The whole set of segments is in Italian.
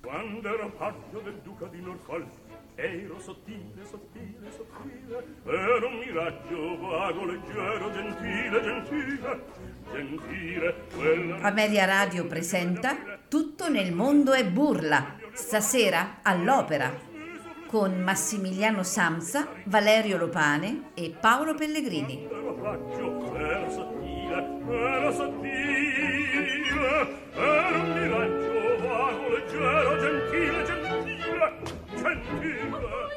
Quando ero paggio del duca di Norfolk, ero sottile, sottile, sottile, ero un miraggio vago, leggero, gentile, gentile, gentile, quella... Amelia Radio presenta Tutto nel mondo è burla, stasera all'Opera, con Massimiliano Samsa, Valerio Lopane e Paolo Pellegrini. Ero paggio, ero sottile, ero un miraggio vago, leggero, gentile, gentile, gentile.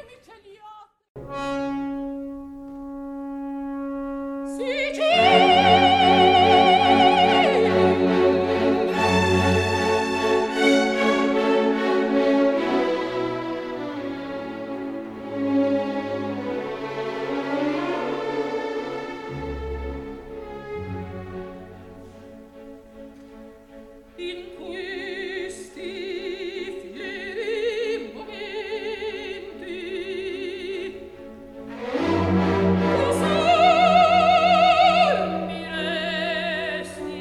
In questi fieri momenti cosa mi resti?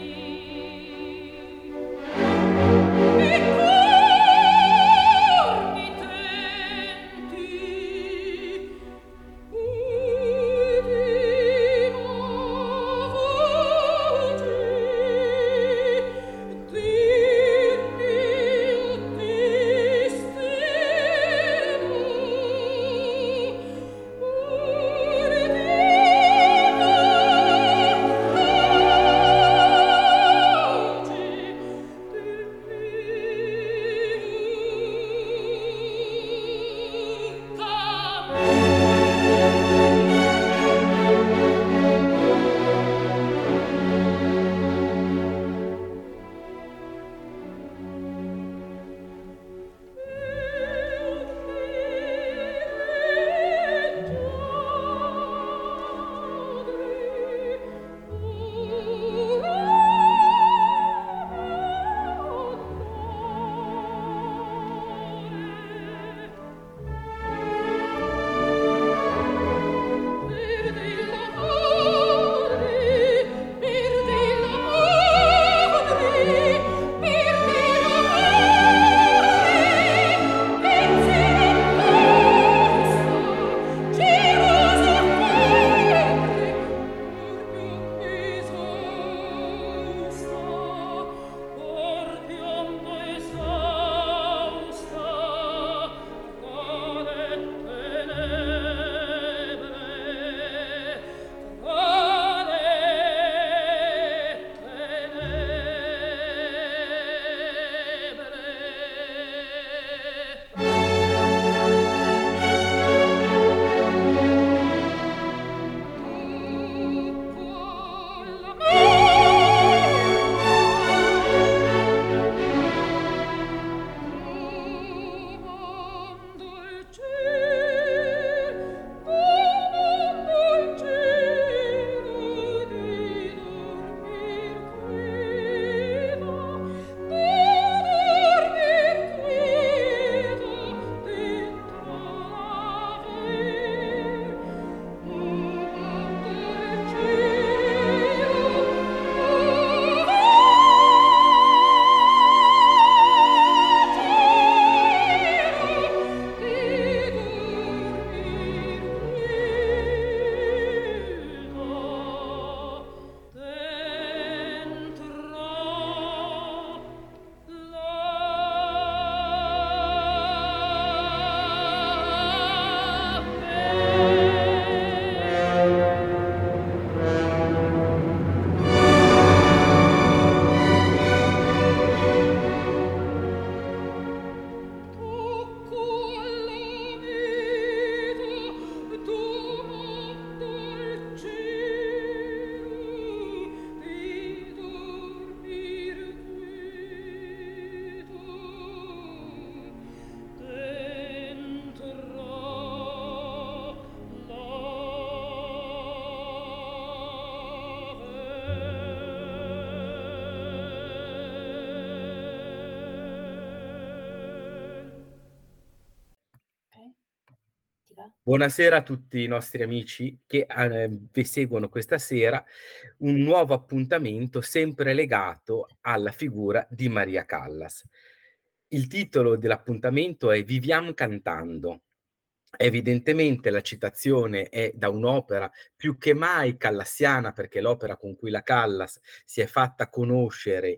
E cor mitenti ultima voce Buonasera a tutti i nostri amici che vi seguono questa sera, un nuovo appuntamento sempre legato alla figura di Maria Callas. Il titolo dell'appuntamento è Viviam cantando. Evidentemente la citazione è da un'opera più che mai callassiana, perché l'opera con cui la Callas si è fatta conoscere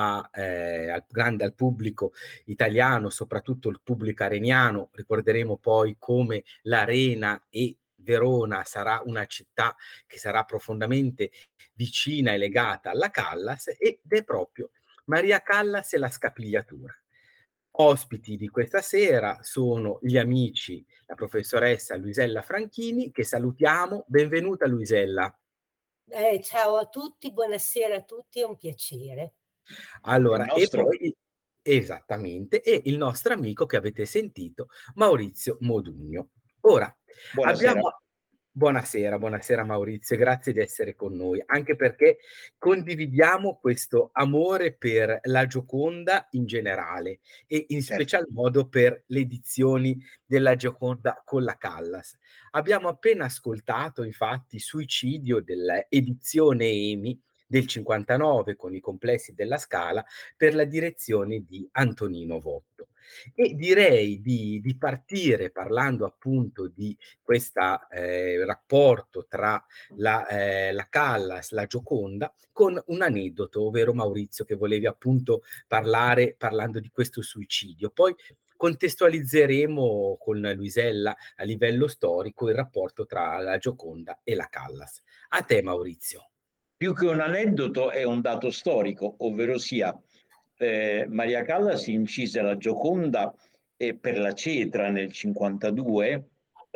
al pubblico italiano, soprattutto il pubblico areniano. Ricorderemo poi come l'Arena e Verona sarà una città che sarà profondamente vicina e legata alla Callas, ed è proprio Maria Callas e la Scapigliatura. Ospiti di questa sera sono gli amici, la professoressa Luisella Franchini, che salutiamo. Benvenuta Luisella. Ciao a tutti, buonasera a tutti, è un piacere. Il Allora, e nostro. poi esattamente, e il nostro amico che avete sentito, Maurizio Modugno. Ora, Buonasera. abbiamo buonasera, buonasera Maurizio, grazie di essere con noi, anche perché condividiamo questo amore per la Gioconda in generale e in Certo. special modo per le edizioni della Gioconda con la Callas. Abbiamo appena ascoltato, infatti, Suicidio dell'edizione EMI del 59 con i complessi della Scala per la direzione di Antonino Votto. E direi di partire parlando appunto di questo rapporto tra la Callas, la Gioconda, con un aneddoto, ovvero Maurizio, che volevi appunto parlare parlando di questo suicidio. Poi contestualizzeremo con Luisella a livello storico il rapporto tra la Gioconda e la Callas. A te Maurizio. Più che un aneddoto è un dato storico, ovvero sia Maria Callas incise la Gioconda per la Cetra nel 52,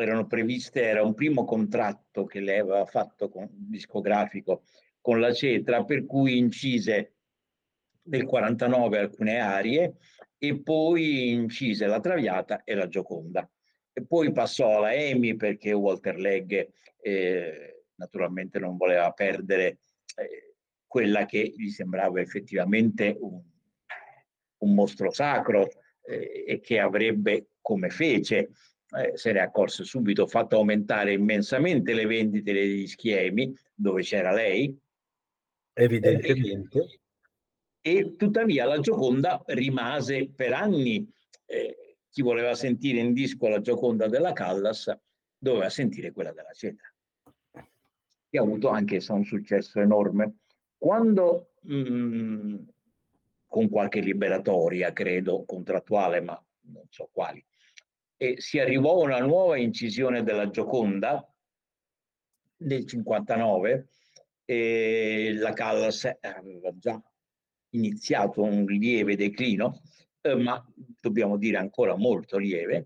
era un primo contratto che lei aveva fatto discografico con la Cetra, per cui incise nel 49 alcune arie e poi incise la Traviata e la Gioconda. E poi passò alla EMI perché Walter Legge naturalmente non voleva perdere quella che gli sembrava effettivamente un mostro sacro e che avrebbe, come fece, se ne accorse subito, fatto aumentare immensamente le vendite degli schemi dove c'era lei. Evidentemente. E tuttavia la Gioconda rimase per anni, chi voleva sentire in disco la Gioconda della Callas doveva sentire quella della Cetra, che ha avuto anche essa un successo enorme. Quando, con qualche liberatoria, credo, contrattuale, ma non so quali, e si arrivò a una nuova incisione della Gioconda nel 59, la Callas aveva già iniziato un lieve declino, ma dobbiamo dire ancora molto lieve,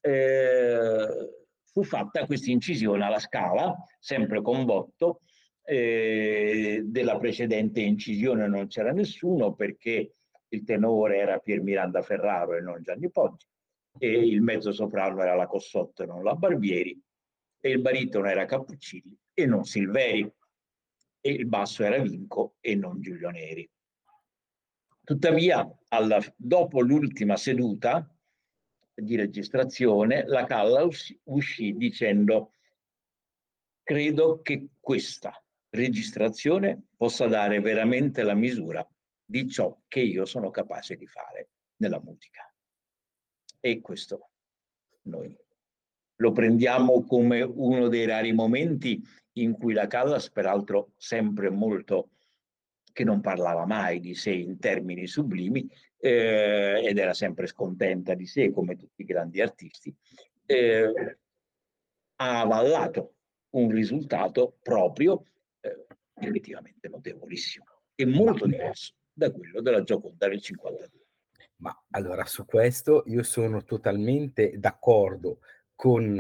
fu fatta questa incisione alla Scala, sempre con Votto. Della precedente incisione non c'era nessuno perché il tenore era Pier Miranda Ferraro e non Gianni Poggi, e il mezzo soprano era la Cossotto e non la Barbieri, e il baritono era Cappuccilli e non Silveri, e il basso era Vinco e non Giulio Neri. Tuttavia, dopo l'ultima seduta di registrazione, la Callas uscì dicendo: credo che questa registrazione possa dare veramente la misura di ciò che io sono capace di fare nella musica. E questo noi lo prendiamo come uno dei rari momenti in cui la Callas, peraltro sempre molto, che non parlava mai di sé in termini sublimi, ed era sempre scontenta di sé come tutti i grandi artisti, ha avallato un risultato proprio effettivamente notevolissimo e molto diverso da quello della Gioconda del 52. Ma allora su questo io sono totalmente d'accordo con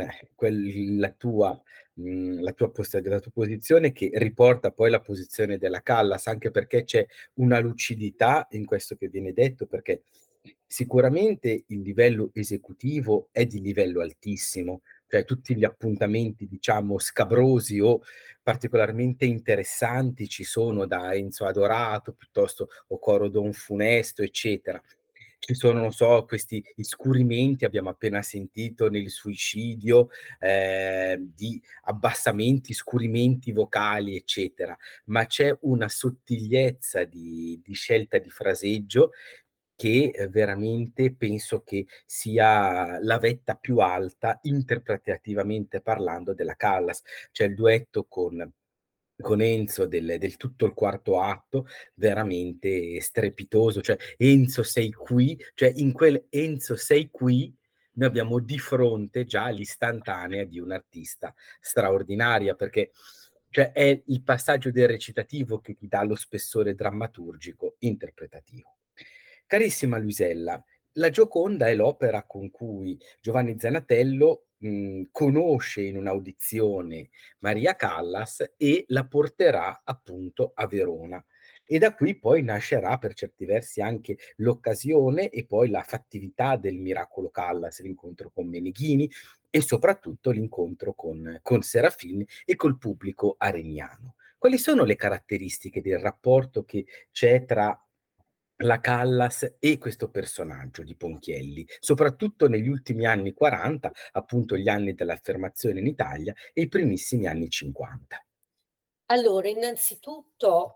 la tua posizione, che riporta poi la posizione della Callas, anche perché c'è una lucidità in questo che viene detto, perché sicuramente il livello esecutivo è di livello altissimo, cioè tutti gli appuntamenti diciamo scabrosi o particolarmente interessanti ci sono da Enzo Adorato piuttosto o Coro Don Funesto, eccetera. Ci sono, non so, questi scurimenti, abbiamo appena sentito nel Suicidio, di abbassamenti, scurimenti vocali, eccetera, ma c'è una sottigliezza di scelta di fraseggio che veramente penso che sia la vetta più alta, interpretativamente parlando, della Callas. C'è il duetto con Enzo del tutto il quarto atto, veramente strepitoso, cioè Enzo sei qui, cioè in quel Enzo sei qui noi abbiamo di fronte già l'istantanea di un'artista straordinaria, perché cioè, è il passaggio del recitativo che ti dà lo spessore drammaturgico interpretativo. Carissima Luisella, la Gioconda è l'opera con cui Giovanni Zanatello conosce in un'audizione Maria Callas e la porterà appunto a Verona. E da qui poi nascerà per certi versi anche l'occasione e poi la fattività del miracolo Callas, l'incontro con Meneghini e soprattutto l'incontro con Serafin e col pubblico areniano. Quali sono le caratteristiche del rapporto che c'è tra la Callas e questo personaggio di Ponchielli, soprattutto negli ultimi anni 40, appunto gli anni dell'affermazione in Italia e i primissimi anni 50? Allora, innanzitutto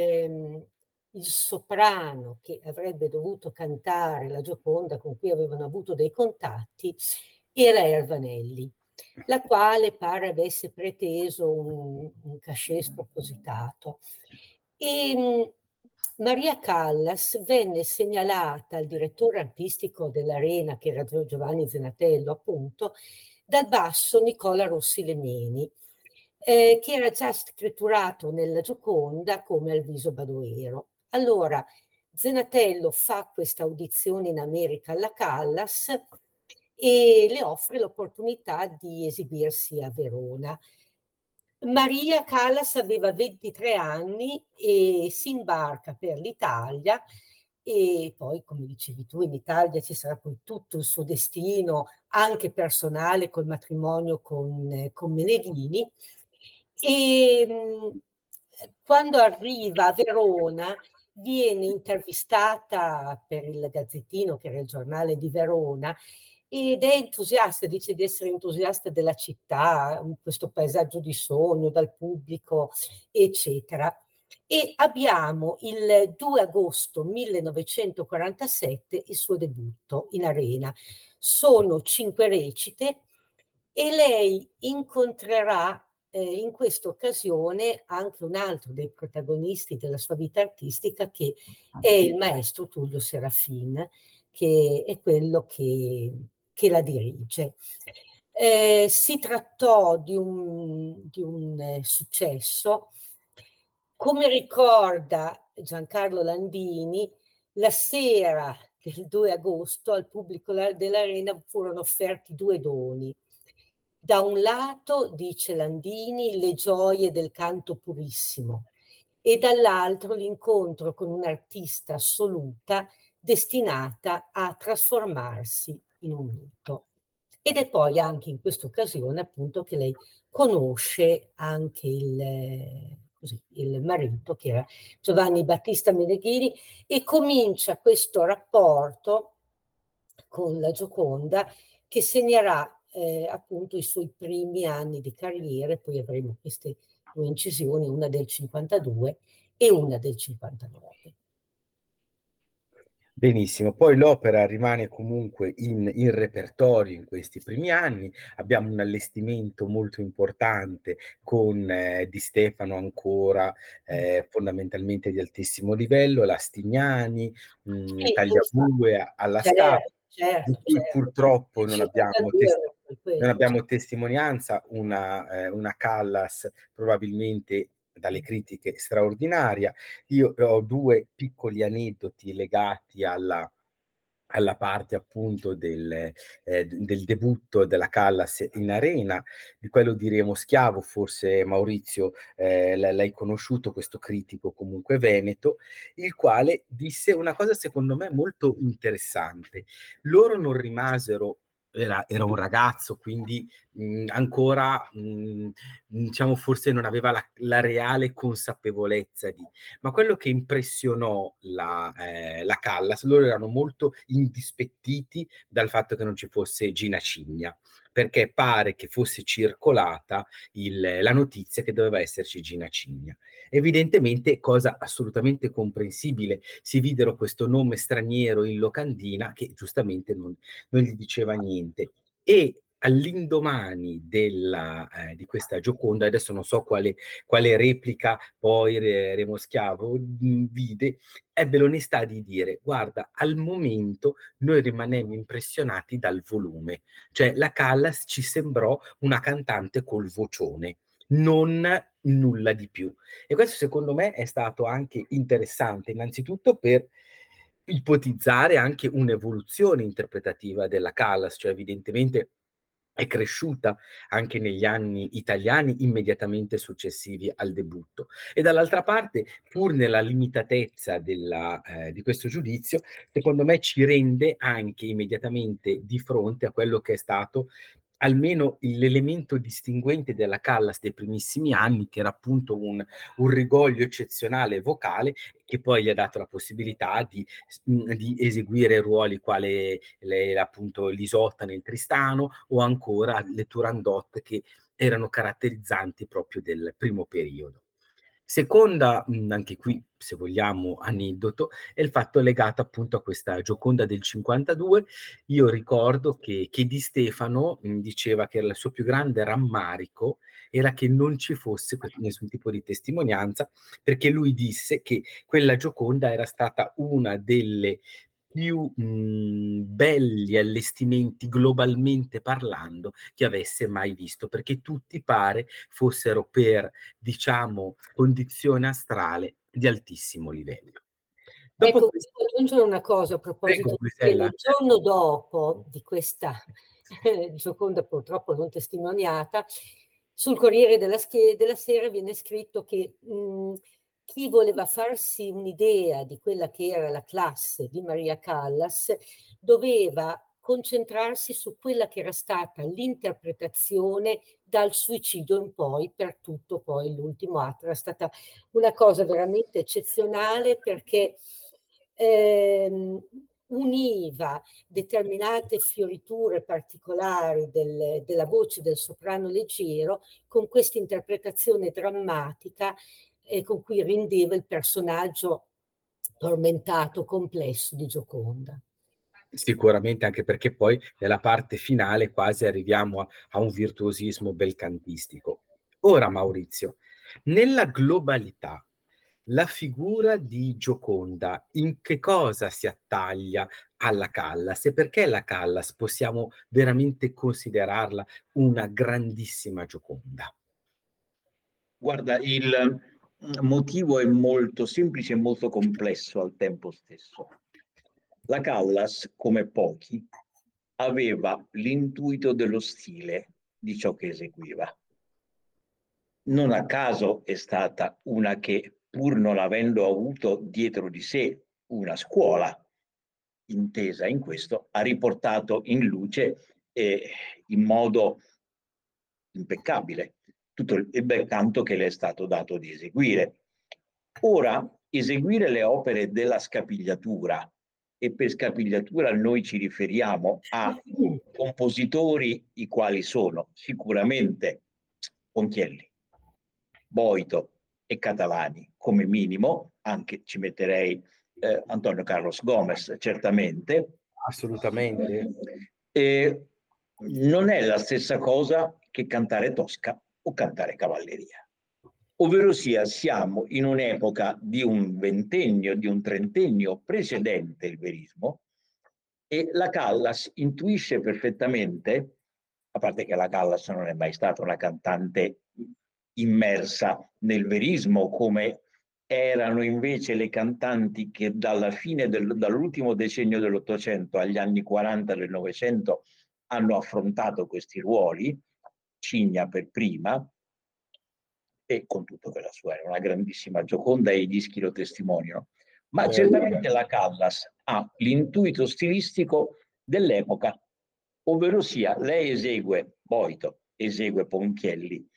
il soprano che avrebbe dovuto cantare la Gioconda, con cui avevano avuto dei contatti, era Ervanelli, la quale pare avesse preteso un cachet spropositato. E Maria Callas venne segnalata al direttore artistico dell'Arena, che era Giovanni Zenatello, appunto, dal basso Nicola Rossi Lemeni, che era già scritturato nella Gioconda come Alviso Badoero. Allora, Zenatello fa questa audizione in America alla Callas e le offre l'opportunità di esibirsi a Verona. Maria Callas aveva 23 anni e si imbarca per l'Italia e poi, come dicevi tu, in Italia ci sarà poi tutto il suo destino, anche personale, col matrimonio con Meneghini. E quando arriva a Verona viene intervistata per il Gazzettino, che era il giornale di Verona, ed è entusiasta, dice di essere entusiasta della città, questo paesaggio di sogno, dal pubblico, eccetera. E abbiamo il 2 agosto 1947 il suo debutto in Arena. Sono 5 recite e lei incontrerà in questa occasione anche un altro dei protagonisti della sua vita artistica, che è il maestro Tullio Serafin, che è quello che la dirige. Si trattò di un successo. Come ricorda Giancarlo Landini, la sera del 2 agosto al pubblico dell'Arena furono offerti 2 doni. Da un lato, dice Landini, le gioie del canto purissimo e dall'altro l'incontro con un'artista assoluta destinata a trasformarsi in un mito. Ed è poi anche in questa occasione appunto che lei conosce anche il marito, che era Giovanni Battista Meneghini, e comincia questo rapporto con la Gioconda che segnerà appunto i suoi primi anni di carriera. Poi avremo queste 2 incisioni, una del 52 e una del 59. Benissimo, poi l'opera rimane comunque in repertorio in questi primi anni, abbiamo un allestimento molto importante con Di Stefano ancora fondamentalmente di altissimo livello, Lastignani, Sì, Tagliabue alla Scala, di cui purtroppo non abbiamo, non abbiamo testimonianza, una Callas probabilmente dalle critiche straordinaria. Io ho 2 piccoli aneddoti legati alla parte appunto del debutto della Callas in Arena, di quello di Remo Schiavo, forse Maurizio l'hai conosciuto, questo critico comunque veneto, il quale disse una cosa secondo me molto interessante. Loro non rimasero, era un ragazzo, quindi ancora diciamo forse non aveva la reale consapevolezza ma quello che impressionò la Callas, loro erano molto indispettiti dal fatto che non ci fosse Gina Cigna. perché pare che fosse circolata la notizia che doveva esserci Gina Cigna. Evidentemente, cosa assolutamente comprensibile, si videro questo nome straniero in locandina che giustamente non gli diceva niente. E all'indomani di questa Gioconda, adesso non so quale replica poi Remo Schiavo vide, ebbe l'onestà di dire: guarda, al momento noi rimanemmo impressionati dal volume, cioè la Callas ci sembrò una cantante col vocione, non nulla di più. E questo secondo me è stato anche interessante, innanzitutto per ipotizzare anche un'evoluzione interpretativa della Callas, cioè evidentemente è cresciuta anche negli anni italiani immediatamente successivi al debutto. E dall'altra parte, pur nella limitatezza di questo giudizio, secondo me ci rende anche immediatamente di fronte a quello che è stato almeno l'elemento distinguente della Callas dei primissimi anni, che era appunto un rigoglio eccezionale vocale, che poi gli ha dato la possibilità di eseguire ruoli quale appunto l'Isotta nel Tristano o ancora le Turandot, che erano caratterizzanti proprio del primo periodo. Seconda, anche qui, se vogliamo, aneddoto, è il fatto legato appunto a questa Gioconda del 52. Io ricordo che Di Stefano diceva che il suo più grande rammarico era che non ci fosse nessun tipo di testimonianza, perché lui disse che quella Gioconda era stata una delle più belli allestimenti globalmente parlando che avesse mai visto, perché tutti pare fossero per, diciamo, condizione astrale di altissimo livello. Dopo Ecco, questo, voglio aggiungere una cosa a prego, proposito che Bruxella. il giorno dopo di questa Gioconda purtroppo non testimoniata, sul Corriere della Sera viene scritto che chi voleva farsi un'idea di quella che era la classe di Maria Callas doveva concentrarsi su quella che era stata l'interpretazione dal suicidio in poi, per tutto poi l'ultimo atto. Era stata una cosa veramente eccezionale perché univa determinate fioriture particolari della voce del soprano leggero con questa interpretazione drammatica con cui rendeva il personaggio tormentato, complesso di Gioconda. Sicuramente, anche perché poi nella parte finale quasi arriviamo a un virtuosismo belcantistico. Ora, Maurizio, nella globalità, la figura di Gioconda in che cosa si attaglia alla Callas e perché la Callas possiamo veramente considerarla una grandissima Gioconda? Guarda, il motivo è molto semplice e molto complesso al tempo stesso. La Callas, come pochi, aveva l'intuito dello stile di ciò che eseguiva. Non a caso è stata una che, pur non avendo avuto dietro di sé una scuola intesa in questo, ha riportato in luce in modo impeccabile tutto il bel canto che le è stato dato di eseguire. Ora, eseguire le opere della scapigliatura, e per scapigliatura noi ci riferiamo a compositori i quali sono sicuramente Ponchielli, Boito e Catalani come minimo, anche ci metterei Antonio Carlos Gomez certamente. Assolutamente. E non è la stessa cosa che cantare Tosca o cantare cavalleria. Ovvero sia, siamo in un'epoca di un ventennio, di un trentennio precedente il verismo, e la Callas intuisce perfettamente, a parte che la Callas non è mai stata una cantante immersa nel verismo come erano invece le cantanti che dalla fine dall'ultimo decennio dell'Ottocento agli anni 40 del Novecento hanno affrontato questi ruoli, Cigna per prima, e con tutto che la sua era una grandissima Gioconda e i dischi lo testimoniano. Ma certamente la Callas ha l'intuito stilistico dell'epoca, ovvero sia lei esegue Boito, esegue Ponchielli,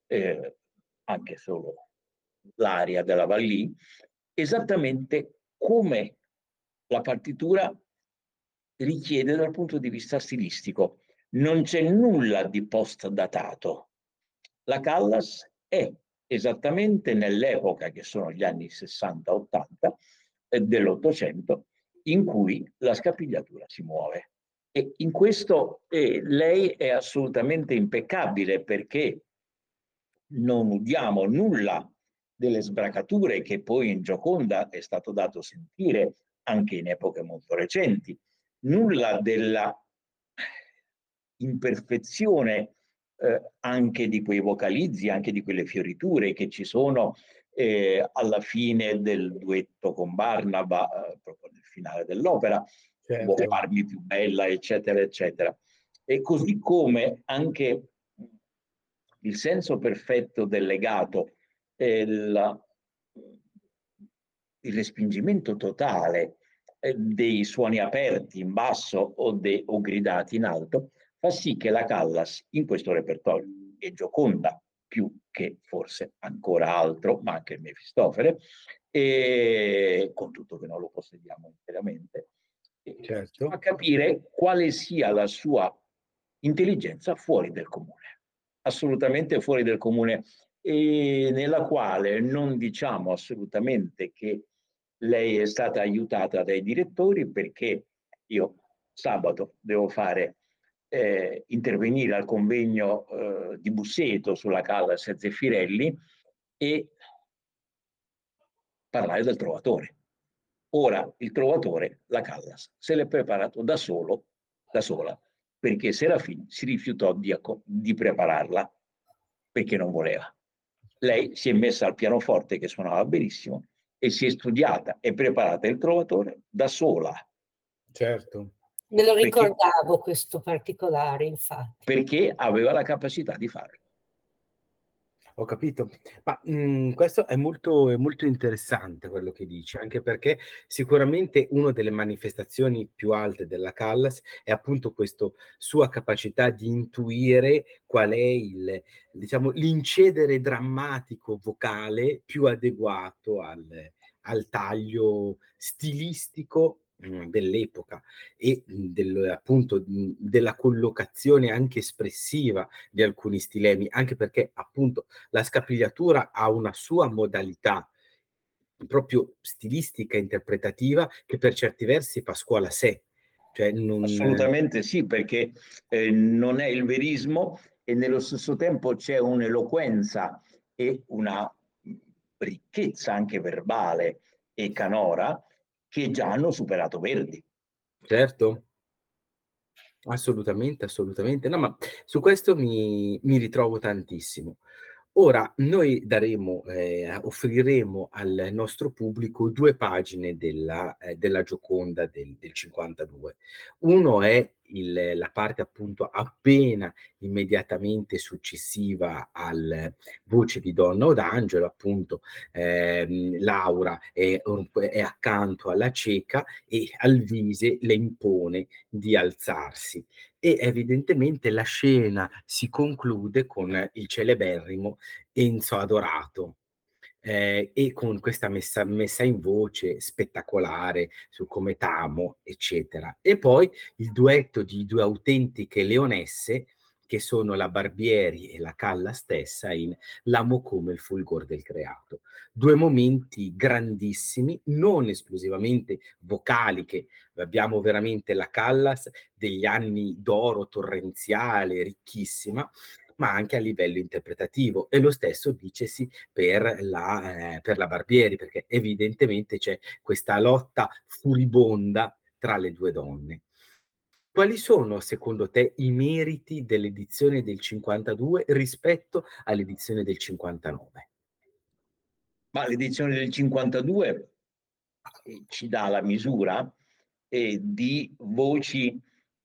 anche solo l'aria della Vallì, esattamente come la partitura richiede dal punto di vista stilistico. Non c'è nulla di post-datato. La Callas è esattamente nell'epoca, che sono gli anni 60-80 dell'Ottocento, in cui la scapigliatura si muove. E in questo lei è assolutamente impeccabile, perché non udiamo nulla delle sbracature che poi in Gioconda è stato dato sentire anche in epoche molto recenti, nulla della imperfezione anche di quei vocalizzi, anche di quelle fioriture che ci sono alla fine del duetto con Barnaba, proprio nel finale dell'opera, Certo. Vuoi farmi più bella, eccetera, eccetera. E così come anche il senso perfetto del legato, il respingimento totale dei suoni aperti in basso o gridati in alto, fa sì che la Callas in questo repertorio, e Gioconda più che forse ancora altro, ma anche il Mefistofele, e con tutto che non lo possediamo interamente, Certo. fa capire quale sia la sua intelligenza fuori del comune, assolutamente fuori del comune, e nella quale non diciamo assolutamente che lei è stata aiutata dai direttori, perché io sabato devo fare intervenire al convegno di Busseto sulla Callas e Zeffirelli e parlare del Trovatore. Ora il Trovatore, la Callas, se l'è preparato da sola, perché Serafin si rifiutò di prepararla perché non voleva. Lei si è messa al pianoforte, che suonava benissimo, e si è studiata e preparata il Trovatore da sola. Certo. Me lo ricordavo questo particolare, infatti. Perché aveva la capacità di farlo. Ho capito, ma questo è molto interessante quello che dici, anche perché sicuramente una delle manifestazioni più alte della Callas è appunto questo sua capacità di intuire qual è diciamo, l'incedere drammatico vocale più adeguato al taglio stilistico dell'epoca e appunto della collocazione anche espressiva di alcuni stilemi, anche perché appunto la scapigliatura ha una sua modalità proprio stilistica, interpretativa, che per certi versi fa scuola a sé. Cioè Assolutamente sì, perché non è il verismo e nello stesso tempo c'è un'eloquenza e una ricchezza anche verbale e canora che già hanno superato Verdi. Certo. Assolutamente, assolutamente. No, ma su questo mi ritrovo tantissimo. Ora noi offriremo al nostro pubblico 2 pagine della Gioconda del 52. Uno è la parte appunto appena immediatamente successiva al Voce di donna o d'angelo, appunto, Laura è accanto alla cieca e Alvise le impone di alzarsi e evidentemente la scena si conclude con il celeberrimo Enzo Adorato. E con questa messa in voce spettacolare su Come t'amo, eccetera. E poi il duetto di 2 autentiche leonesse, che sono la Barbieri e la Calla stessa in L'amo come il fulgor del creato. 2 momenti grandissimi, non esclusivamente vocali, che abbiamo veramente la Callas degli anni d'oro torrenziale, ricchissima, ma anche a livello interpretativo. E lo stesso dicesi per la Barbieri, perché evidentemente c'è questa lotta furibonda tra le 2 donne. Quali sono secondo te i meriti dell'edizione del 52 rispetto all'edizione del 59? Ma l'edizione del 52 ci dà la misura di voci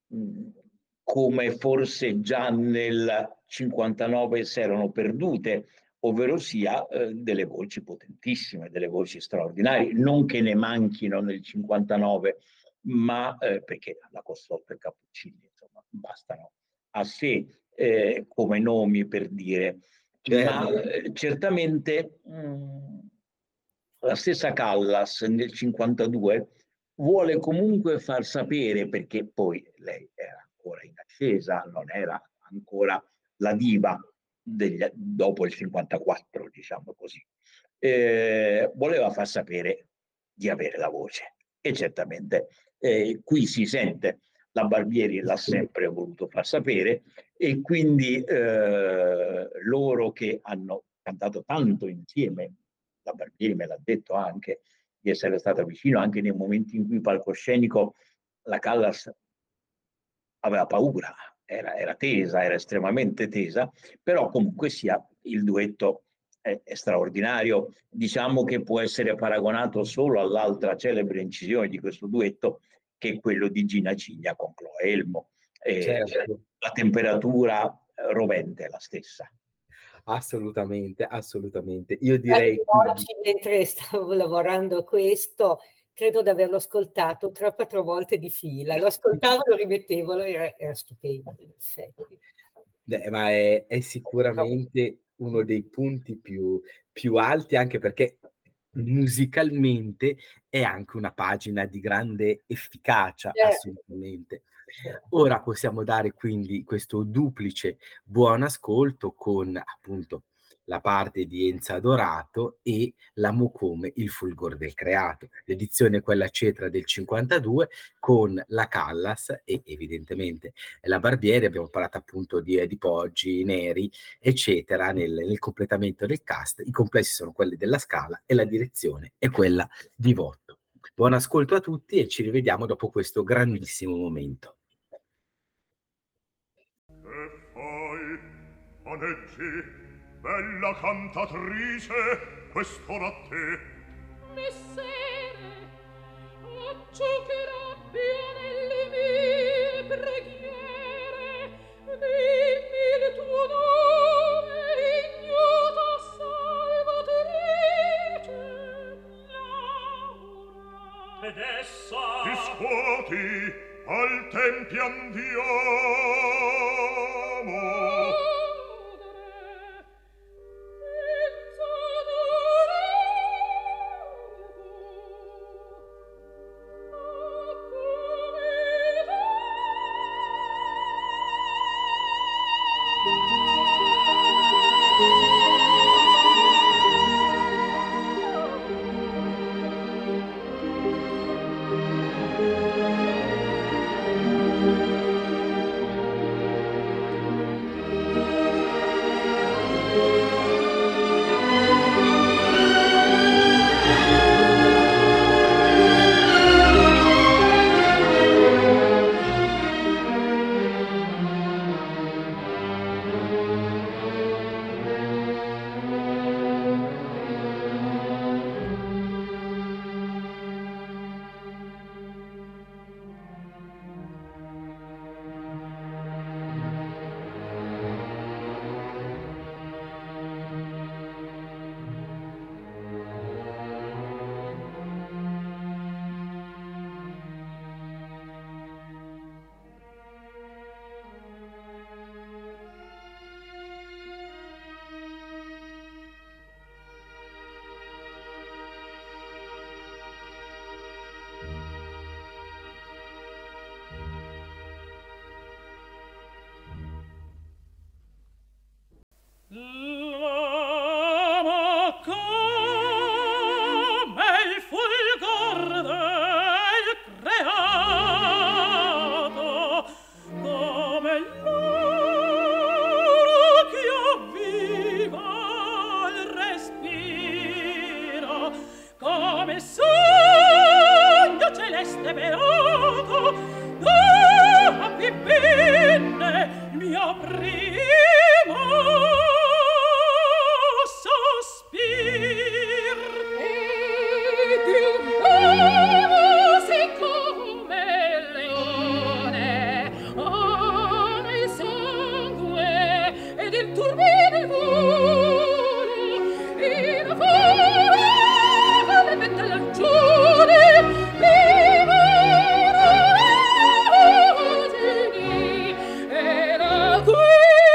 come forse già nel 59 si erano perdute, ovvero sia delle voci potentissime, delle voci straordinarie, non che ne manchino nel 59, ma perché la Cossotto e Cappuccini, insomma, bastano a sé come nomi per dire, ma certamente la stessa Callas nel 52 vuole comunque far sapere, perché poi lei era ancora in ascesa, non era ancora la diva dopo il 54, diciamo così. Voleva far sapere di avere la voce, e certamente qui si sente, la Barbieri l'ha sempre voluto far sapere, e quindi loro che hanno cantato tanto insieme, la Barbieri me l'ha detto anche, di essere stata vicino anche nei momenti in cui il palcoscenico la Callas aveva paura, era tesa, era estremamente tesa, però comunque sia il duetto è straordinario. Diciamo che può essere paragonato solo all'altra celebre incisione di questo duetto, che è quello di Gina Cigna con Chloe Elmo. Certo. La temperatura rovente è la stessa. Assolutamente, assolutamente. Io direi oggi, mentre stavo lavorando a questo, credo di averlo ascoltato 3 o 4 volte di fila. Lo ascoltavo, lo rimettevo, era stupendo. Ma è sicuramente uno dei punti più alti, anche perché musicalmente è anche una pagina di grande efficacia, assolutamente. Ora possiamo dare quindi questo duplice buon ascolto con appunto la parte di Enza Adorato e la Mocome, il fulgor del creato, l'edizione quella cetra del 52 con la Callas e evidentemente la Barbieri. Abbiamo parlato appunto di Poggi, Neri, eccetera, nel completamento del cast. I complessi sono quelli della Scala e la direzione è quella di Votto. Buon ascolto a tutti e ci rivediamo dopo questo grandissimo momento. E poi, Aneggi, bella cantatrice, quest'ora a te. Messere, acciò che rabbia nelle mie preghiere, dimmi il tuo nome, ignota salvatrice, Laura. Ed essa ti scuoti, al tempio andiamo. L'amo come il fulgor del creato, come l'oro che avviva il respiro, come il sogno celeste beato, da qui venne il mio primo Era qui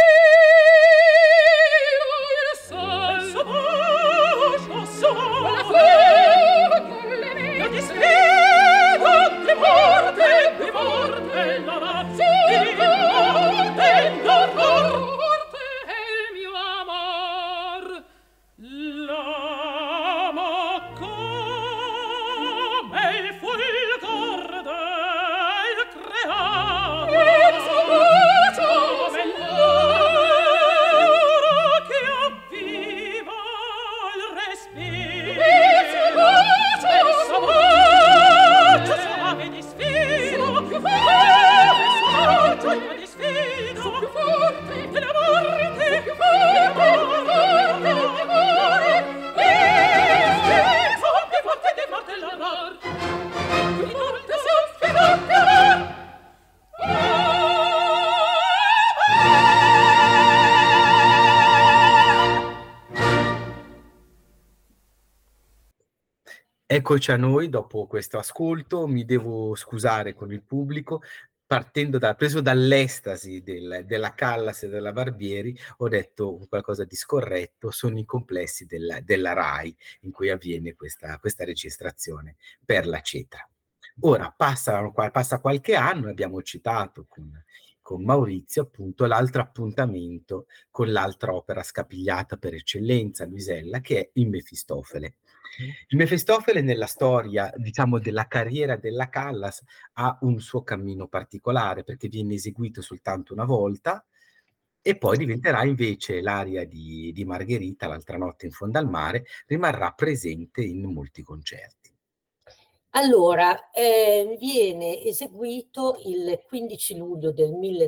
Eccoci a noi dopo questo ascolto, mi devo scusare con il pubblico, preso dall'estasi della Callas e della Barbieri, ho detto qualcosa di scorretto, sono i complessi della RAI in cui avviene questa registrazione per la Cetra. Ora passa qualche anno, abbiamo citato con Maurizio appunto l'altro appuntamento con l'altra opera scapigliata per eccellenza, Luisella, che è il Mefistofele. Il Mefistofele nella storia, diciamo, della carriera della Callas ha un suo cammino particolare perché viene eseguito soltanto una volta e poi diventerà invece l'aria di Margherita, l'altra notte in fondo al mare, rimarrà presente in molti concerti. Allora, viene eseguito il 15 luglio del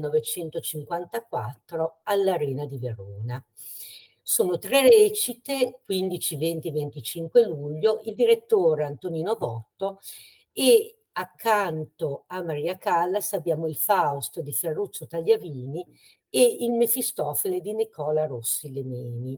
1954 all'Arena di Verona. Sono 3 recite, 15, 20, 25 luglio, il direttore Antonino Botto e accanto a Maria Callas abbiamo il Fausto di Ferruccio Tagliavini e il Mefistofele di Nicola Rossi Lemeni.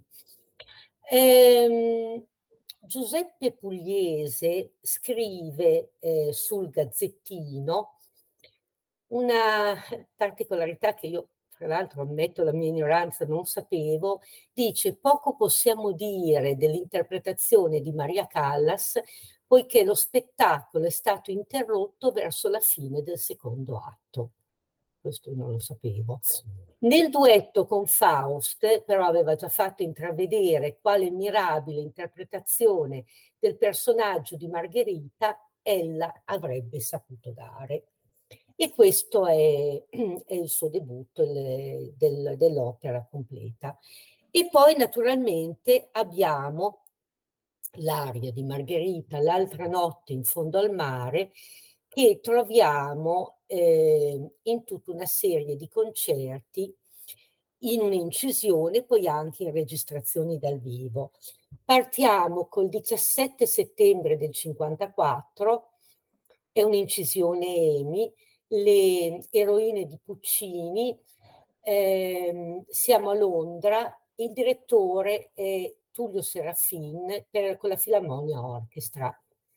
Giuseppe Pugliese scrive sul Gazzettino una particolarità che io, tra l'altro, ammetto la mia ignoranza, non sapevo. Dice: poco possiamo dire dell'interpretazione di Maria Callas poiché lo spettacolo è stato interrotto verso la fine del secondo atto. Questo non lo sapevo. Nel duetto con Faust, però, aveva già fatto intravedere quale mirabile interpretazione del personaggio di Margherita ella avrebbe saputo dare. E questo è il suo debutto dell'opera completa. E poi naturalmente abbiamo l'aria di Margherita, l'altra notte in fondo al mare, che troviamo in tutta una serie di concerti, in un'incisione, poi anche in registrazioni dal vivo. Partiamo col 17 settembre del 54, è un'incisione EMI, le eroine di Puccini, siamo a Londra, il direttore è Tullio Serafin con la Filarmonia Orchestra.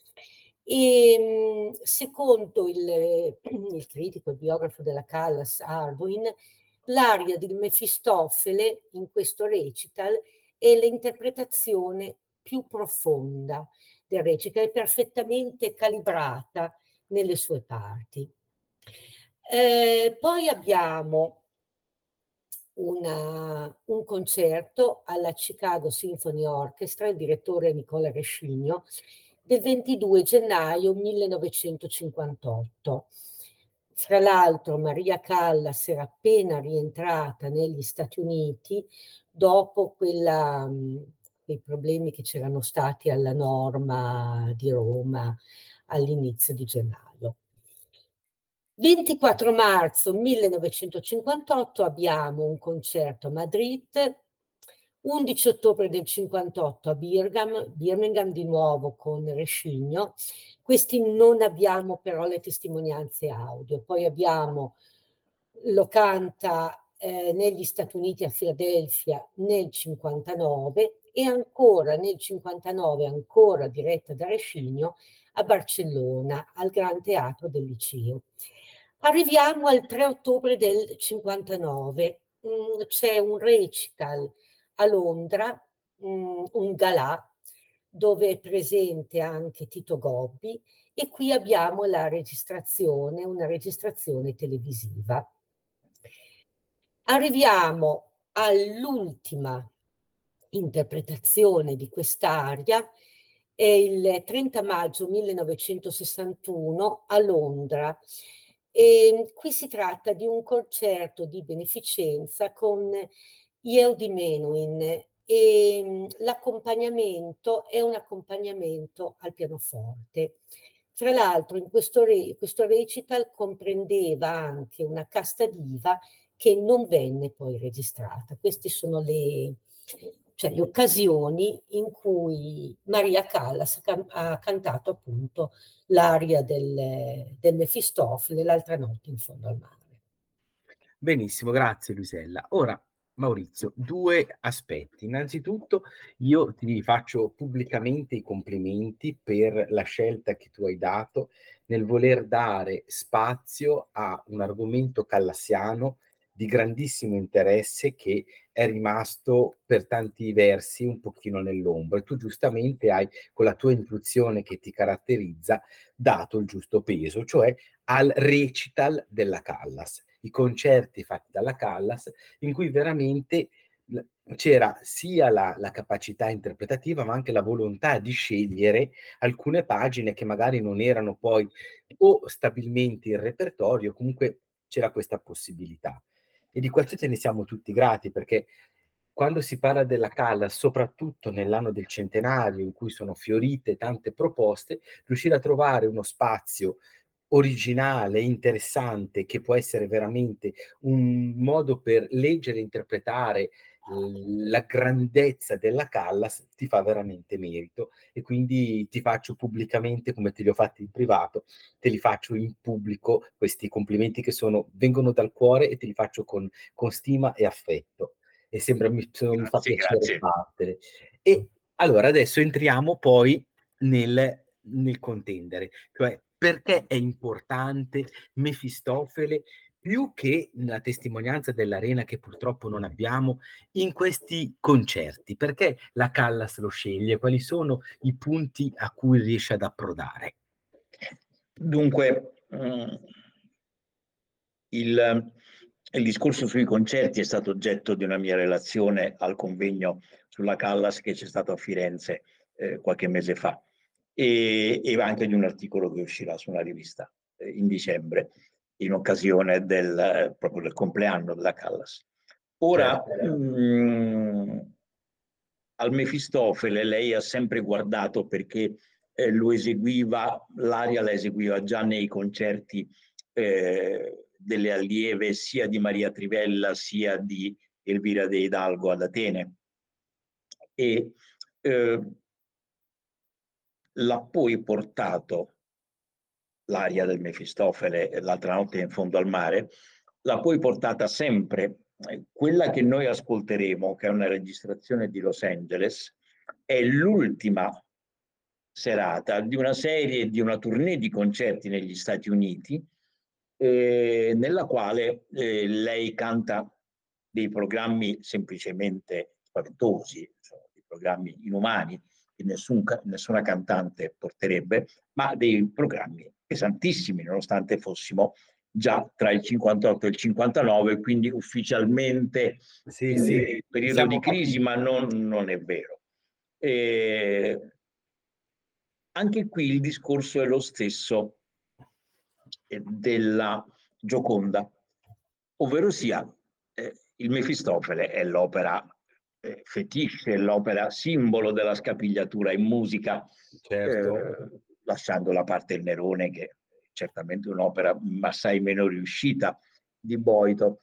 E secondo il critico e biografo della Callas, Arduin, l'aria di Mefistofele in questo recital è l'interpretazione più profonda del recital, è perfettamente calibrata nelle sue parti. Poi abbiamo un concerto alla Chicago Symphony Orchestra, il direttore Nicola Rescigno, del 22 gennaio 1958. Fra l'altro Maria Callas era appena rientrata negli Stati Uniti dopo quei problemi che c'erano stati alla Norma di Roma all'inizio di gennaio. 24 marzo 1958 abbiamo un concerto a Madrid, 11 ottobre del 58 a Birmingham di nuovo con Rescigno. Questi non abbiamo però le testimonianze audio. Poi lo canta negli Stati Uniti a Filadelfia nel 59 e ancora nel 59, ancora diretta da Rescigno, a Barcellona, al Gran Teatro del Liceo. Arriviamo al 3 ottobre del 59, c'è un recital a Londra, un galà, dove è presente anche Tito Gobbi, e qui abbiamo una registrazione televisiva. Arriviamo all'ultima interpretazione di quest'aria, è il 30 maggio 1961 a Londra. E qui si tratta di un concerto di beneficenza con Yehudi Menuhin e l'accompagnamento è un accompagnamento al pianoforte. Tra l'altro in questo recital comprendeva anche una casta diva che non venne poi registrata. Queste sono le occasioni in cui Maria Callas ha cantato appunto l'aria del Mefistofele, l'altra notte in fondo al mare. Benissimo, grazie Luisella. Ora Maurizio, due aspetti. Innanzitutto, io ti faccio pubblicamente i complimenti per la scelta che tu hai dato nel voler dare spazio a un argomento callassiano di grandissimo interesse che è rimasto per tanti versi un pochino nell'ombra. E tu giustamente hai, con la tua intuizione che ti caratterizza, dato il giusto peso, cioè al recital della Callas, i concerti fatti dalla Callas, in cui veramente c'era sia la capacità interpretativa, ma anche la volontà di scegliere alcune pagine che magari non erano poi o stabilmente in repertorio, comunque c'era questa possibilità. E di questo ce ne siamo tutti grati, perché quando si parla della Callas, soprattutto nell'anno del centenario in cui sono fiorite tante proposte, riuscire a trovare uno spazio originale, interessante, che può essere veramente un modo per leggere e interpretare la grandezza della Callas, ti fa veramente merito, e quindi ti faccio pubblicamente, come te li ho fatti in privato, te li faccio in pubblico questi complimenti che vengono dal cuore, e te li faccio con stima e affetto, e mi fa Grazie, piacere grazie. fartele. E allora adesso entriamo poi nel contendere, cioè perché è importante Mefistofele, più che la testimonianza dell'arena che purtroppo non abbiamo, in questi concerti. Perché la Callas lo sceglie? Quali sono i punti a cui riesce ad approdare? Dunque, il discorso sui concerti è stato oggetto di una mia relazione al convegno sulla Callas che c'è stato a Firenze qualche mese fa, e anche di un articolo che uscirà su una rivista in dicembre, in occasione proprio del compleanno della Callas. Ora, al Mefistofele lei ha sempre guardato perché lo eseguiva, l'aria la eseguiva già nei concerti delle allieve sia di Maria Trivella sia di Elvira de Hidalgo ad Atene, e l'ha poi portato, l'aria del Mefistofele, l'altra notte in fondo al mare, l'ha poi portata sempre. Quella che noi ascolteremo, che è una registrazione di Los Angeles, è l'ultima serata di una serie, di una tournée di concerti negli Stati Uniti, nella quale lei canta dei programmi semplicemente spaventosi, dei programmi inumani che nessuna cantante porterebbe, ma dei programmi pesantissimi, nonostante fossimo già tra il 58 e il 59, quindi ufficialmente periodo di crisi, ma non è vero. Anche qui il discorso è lo stesso della Gioconda, ovvero sia il Mefistofele è l'opera fetisce, l'opera simbolo della scapigliatura in musica, certo. Lasciando la parte del Nerone, che è certamente un'opera assai meno riuscita di Boito.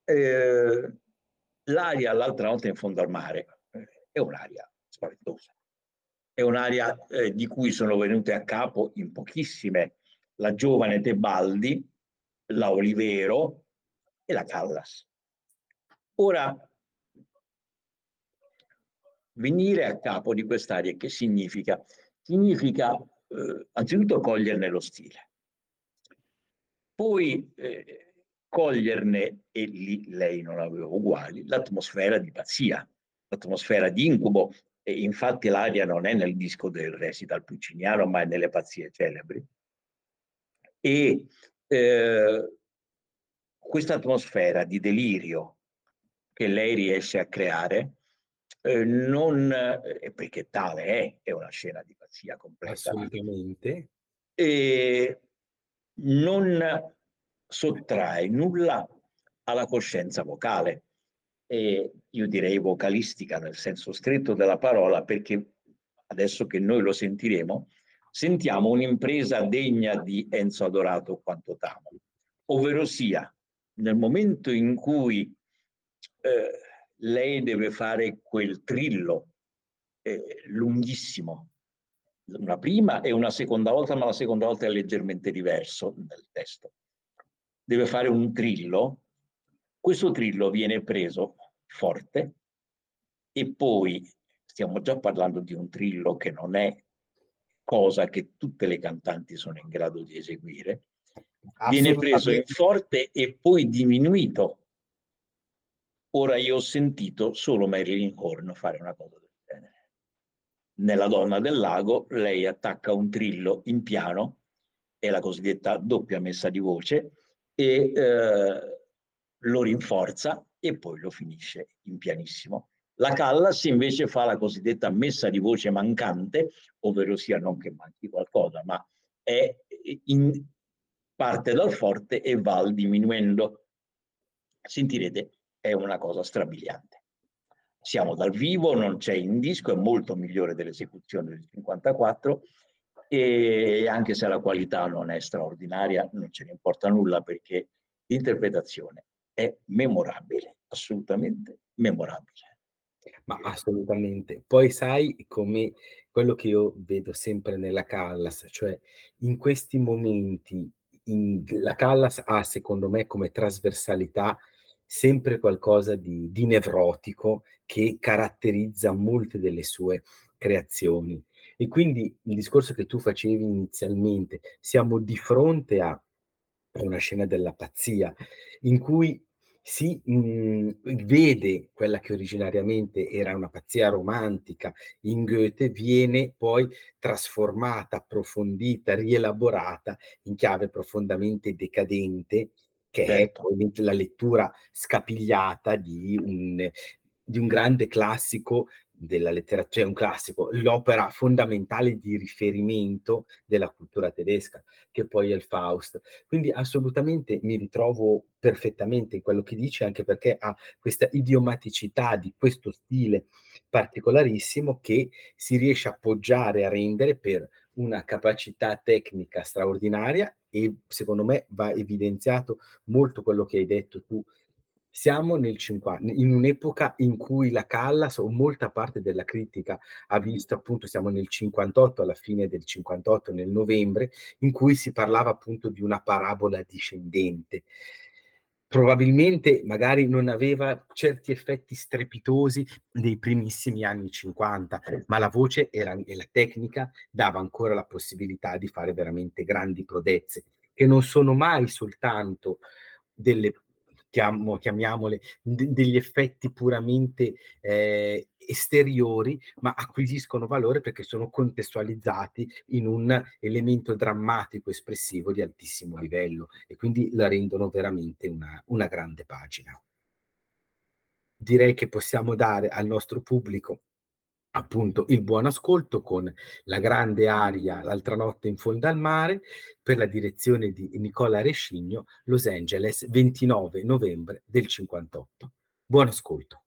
L'aria l'altra notte in fondo al mare è un'aria spaventosa. È un'aria di cui sono venute a capo in pochissime la giovane Tebaldi, la Olivero e la Callas. Ora, venire a capo di quest'aria che significa? Significa anzitutto coglierne lo stile, poi coglierne, e lì lei non aveva uguali, l'atmosfera di pazzia, l'atmosfera di incubo. E infatti l'aria non è nel disco del recital pucciniano, ma è nelle pazzie celebri. E questa atmosfera di delirio che lei riesce a creare, perché tale è una scena di pazzia completa. Assolutamente. E non sottrae nulla alla coscienza vocale. E io direi vocalistica nel senso stretto della parola, perché adesso che noi lo sentiremo, sentiamo un'impresa degna di Enzo Adorato quanto t'amo, ovvero sia nel momento in cui lei deve fare quel trillo lunghissimo, una prima e una seconda volta, ma la seconda volta è leggermente diverso nel testo. Deve fare un trillo. Questo trillo viene preso forte, e poi stiamo già parlando di un trillo che non è cosa che tutte le cantanti sono in grado di eseguire, viene preso in forte e poi diminuito. Ora io ho sentito solo Marilyn Horne fare una cosa del genere. Nella Donna del Lago lei attacca un trillo in piano, è la cosiddetta doppia messa di voce, e lo rinforza e poi lo finisce in pianissimo. La Callas invece fa la cosiddetta messa di voce mancante, ovvero sia non che manchi qualcosa, ma è in parte dal forte e va al diminuendo. Sentirete, è una cosa strabiliante. Siamo dal vivo, non c'è in disco, è molto migliore dell'esecuzione del 54, e anche se la qualità non è straordinaria, non ce ne importa nulla, perché l'interpretazione è memorabile, assolutamente memorabile. Ma assolutamente. Poi sai come quello che io vedo sempre nella Callas, cioè in questi momenti la Callas ha, secondo me, come trasversalità sempre qualcosa di nevrotico che caratterizza molte delle sue creazioni. E quindi il discorso che tu facevi inizialmente, siamo di fronte a una scena della pazzia in cui si vede quella che originariamente era una pazzia romantica in Goethe, viene poi trasformata, approfondita, rielaborata in chiave profondamente decadente, che è Certo. probabilmente la lettura scapigliata di un grande classico della letteratura, cioè un classico, l'opera fondamentale di riferimento della cultura tedesca, che poi è il Faust. Quindi assolutamente mi ritrovo perfettamente in quello che dice, anche perché ha questa idiomaticità di questo stile particolarissimo che si riesce a appoggiare, a rendere per una capacità tecnica straordinaria, e secondo me va evidenziato molto quello che hai detto tu. Siamo in un'epoca in cui la Callas, o molta parte della critica, ha visto, appunto, siamo nel 58, alla fine del 58, nel novembre, in cui si parlava appunto di una parabola discendente. Probabilmente magari non aveva certi effetti strepitosi dei primissimi anni 50, ma la voce e la tecnica dava ancora la possibilità di fare veramente grandi prodezze, che non sono mai soltanto delle, chiamiamole, degli effetti puramente esteriori, ma acquisiscono valore perché sono contestualizzati in un elemento drammatico espressivo di altissimo livello, e quindi la rendono veramente una grande pagina. Direi che possiamo dare al nostro pubblico appunto il buon ascolto con la grande aria L'altra notte in fondo al mare, per la direzione di Nicola Rescigno, Los Angeles, 29 novembre del 58. Buon ascolto.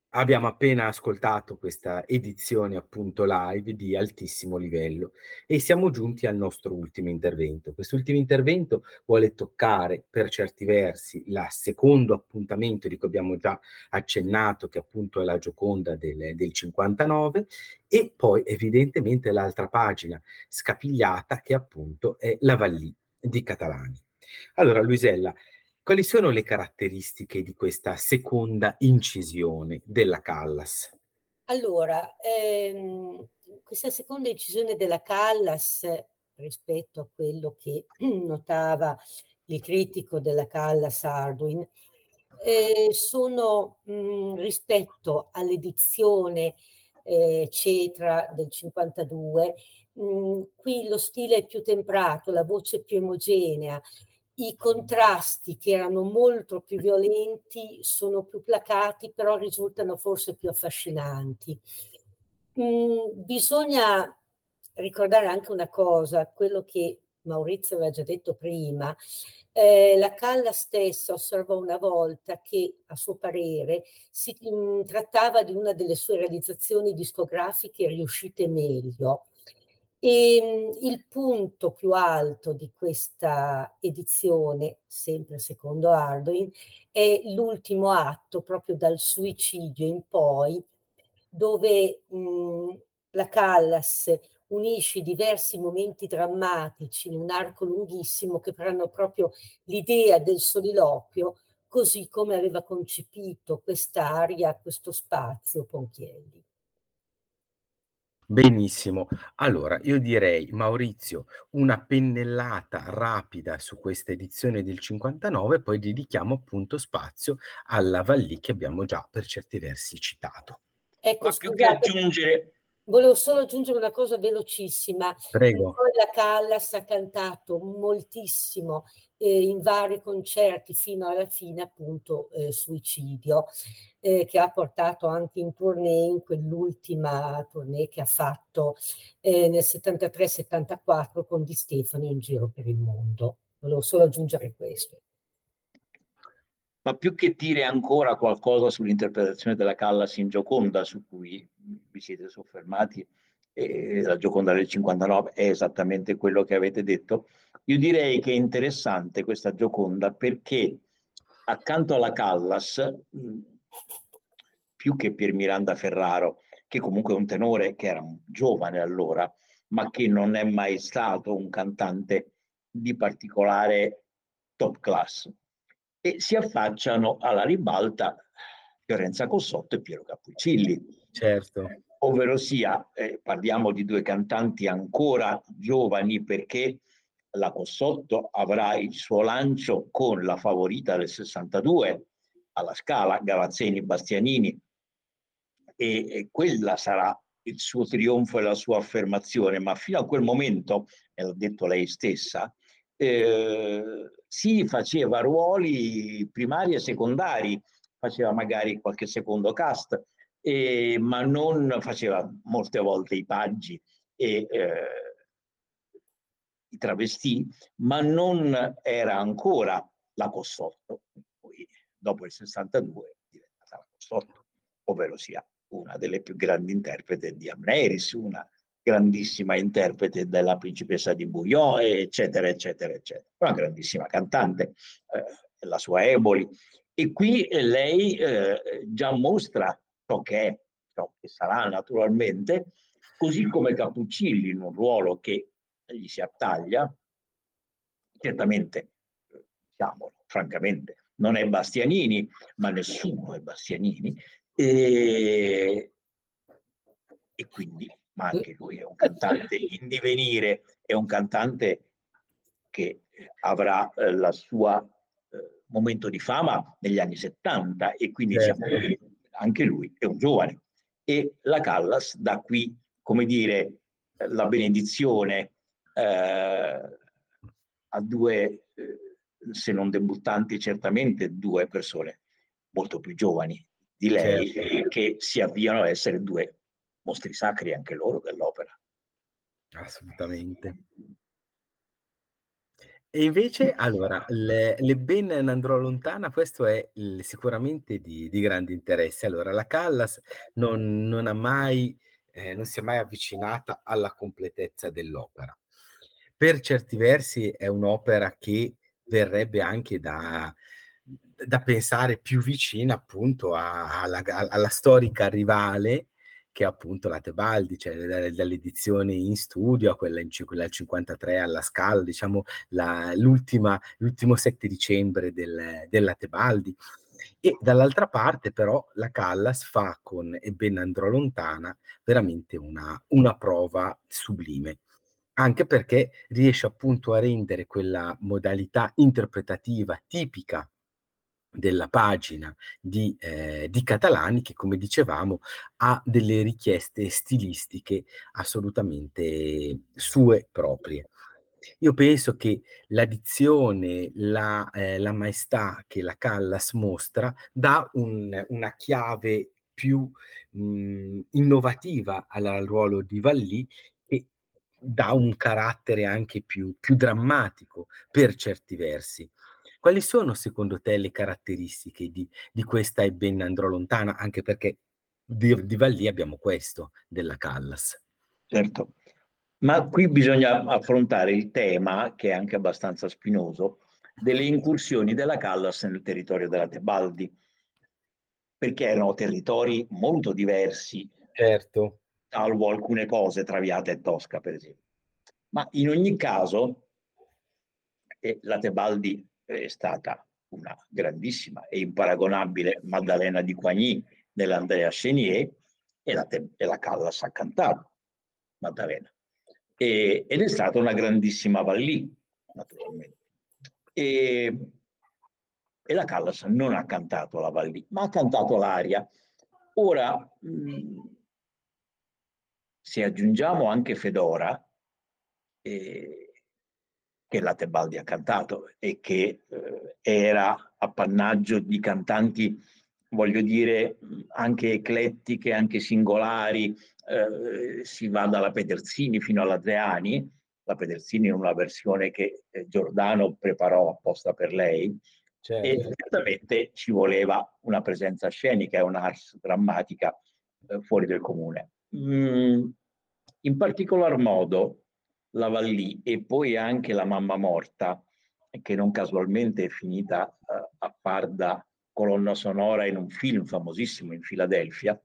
Abbiamo appena ascoltato questa edizione appunto live di altissimo livello e siamo giunti al nostro ultimo intervento. Quest'ultimo intervento vuole toccare per certi versi il secondo appuntamento di cui abbiamo già accennato, che appunto è la Gioconda del 59, e poi evidentemente l'altra pagina scapigliata che appunto è la Vallì di Catalani. Allora, Luisella, quali sono le caratteristiche di questa seconda incisione della Callas? Allora, questa seconda incisione della Callas, rispetto a quello che notava il critico della Callas Arduin, sono rispetto all'edizione Cetra del 52, qui lo stile è più temprato, la voce è più omogenea, i contrasti che erano molto più violenti sono più placati, però risultano forse più affascinanti. Bisogna ricordare anche una cosa, quello che Maurizio aveva già detto prima. La Callas stessa osservò una volta che, a suo parere, si trattava di una delle sue realizzazioni discografiche riuscite meglio. E il punto più alto di questa edizione, sempre secondo Arduin, è l'ultimo atto, proprio dal suicidio in poi, dove la Callas unisce diversi momenti drammatici in un arco lunghissimo che prendono proprio l'idea del soliloquio, così come aveva concepito quest'aria, questo spazio Ponchielli. Benissimo. Allora, io direi, Maurizio, una pennellata rapida su questa edizione del 59, poi dedichiamo appunto spazio alla Vallì che abbiamo già per certi versi citato. Ecco, Ma più che scusate, aggiungere, volevo solo aggiungere una cosa velocissima. Prego. Poi la Callas ha cantato moltissimo in vari concerti fino alla fine, appunto, Suicidio, che ha portato anche in tournée, in quell'ultima tournée che ha fatto nel 73-74 con Di Stefani in giro per il mondo. Volevo solo aggiungere questo. ma più che dire ancora qualcosa sull'interpretazione della Callas in Gioconda, su cui vi siete soffermati, la Gioconda del 59 è esattamente quello che avete detto, io direi che è interessante questa Gioconda perché accanto alla Callas, più che per Miranda Ferraro, che comunque è un tenore che era giovane allora, ma che non è mai stato un cantante di particolare top class, e si affacciano alla ribalta Fiorenza Cossotto e Piero Cappuccilli. Certo. Ovvero sia, parliamo di due cantanti ancora giovani, perché la Cossotto avrà il suo lancio con la Favorita del 62 alla Scala, Gavazzeni-Bastianini, e quella sarà il suo trionfo e la sua affermazione, ma fino a quel momento, e l'ha detto lei stessa, si faceva ruoli primari e secondari, faceva magari qualche secondo cast, ma non faceva molte volte i paggi e i travestì, ma non era ancora la Cossotto. Poi, dopo il 62 è diventata la Cossotto, ovvero sia una delle più grandi interpreti di Amneris, una grandissima interprete della Principessa di Bouillon, eccetera, eccetera, eccetera. Una grandissima cantante, la sua Eboli. E qui lei già mostra ciò che è, ciò che sarà naturalmente, così come Cappuccilli in un ruolo che gli si attaglia. Certamente, diciamo, francamente, non è Bastianini, ma nessuno è Bastianini, e quindi, ma anche lui è un cantante in divenire, è un cantante che avrà il suo momento di fama negli anni 70, e quindi Certo. anche lui è un giovane. E la Callas dà qui, come dire, la benedizione a due, se non debuttanti certamente, due persone molto più giovani di lei, Certo. che si avviano a essere due mostri sacri anche loro dell'opera. Assolutamente. E invece, allora, le Ben ne andrò lontana, questo è sicuramente di grande interesse. Allora, la Callas non ha mai, non si è mai avvicinata alla completezza dell'opera. Per certi versi è un'opera che verrebbe anche da pensare più vicina appunto alla storica rivale che è appunto la Tebaldi, cioè dall'edizione in studio a quella al 53 alla Scala, diciamo l'ultimo 7 dicembre della Tebaldi. E dall'altra parte però la Callas fa con E ben andrò lontana veramente una prova sublime, anche perché riesce appunto a rendere quella modalità interpretativa tipica della pagina di Catalani che, come dicevamo, ha delle richieste stilistiche assolutamente sue proprie. Io penso che la dizione, la maestà che la Callas mostra dà una chiave più innovativa al ruolo di Vallì e dà un carattere anche più drammatico per certi versi. Quali sono secondo te le caratteristiche di questa E ben andrò lontana? Anche perché di Vallì abbiamo questo della Callas. Certo, ma qui bisogna affrontare il tema, che è anche abbastanza spinoso, delle incursioni della Callas nel territorio della Tebaldi, perché erano territori molto diversi, Certo. salvo alcune cose, Traviata e Tosca, per esempio. Ma in ogni caso, la Tebaldi è stata una grandissima e imparagonabile Maddalena di Coigny nell'Andrea Chenier e la Callas ha cantato Maddalena. Ed è stata una grandissima Vallì, naturalmente. E la Callas non ha cantato la Vallì, ma ha cantato l'aria. Ora, se aggiungiamo anche Fedora, che la Tebaldi ha cantato e che era appannaggio di cantanti, voglio dire, anche eclettiche, anche singolari, si va dalla Pederzini fino alla Zeani, la Pederzini in una versione che Giordano preparò apposta per lei, e certamente ci voleva una presenza scenica e un'ars drammatica fuori del comune. In particolar modo la Vallì e poi anche la Mamma Morta, che non casualmente è finita a far da colonna sonora in un film famosissimo in Filadelfia,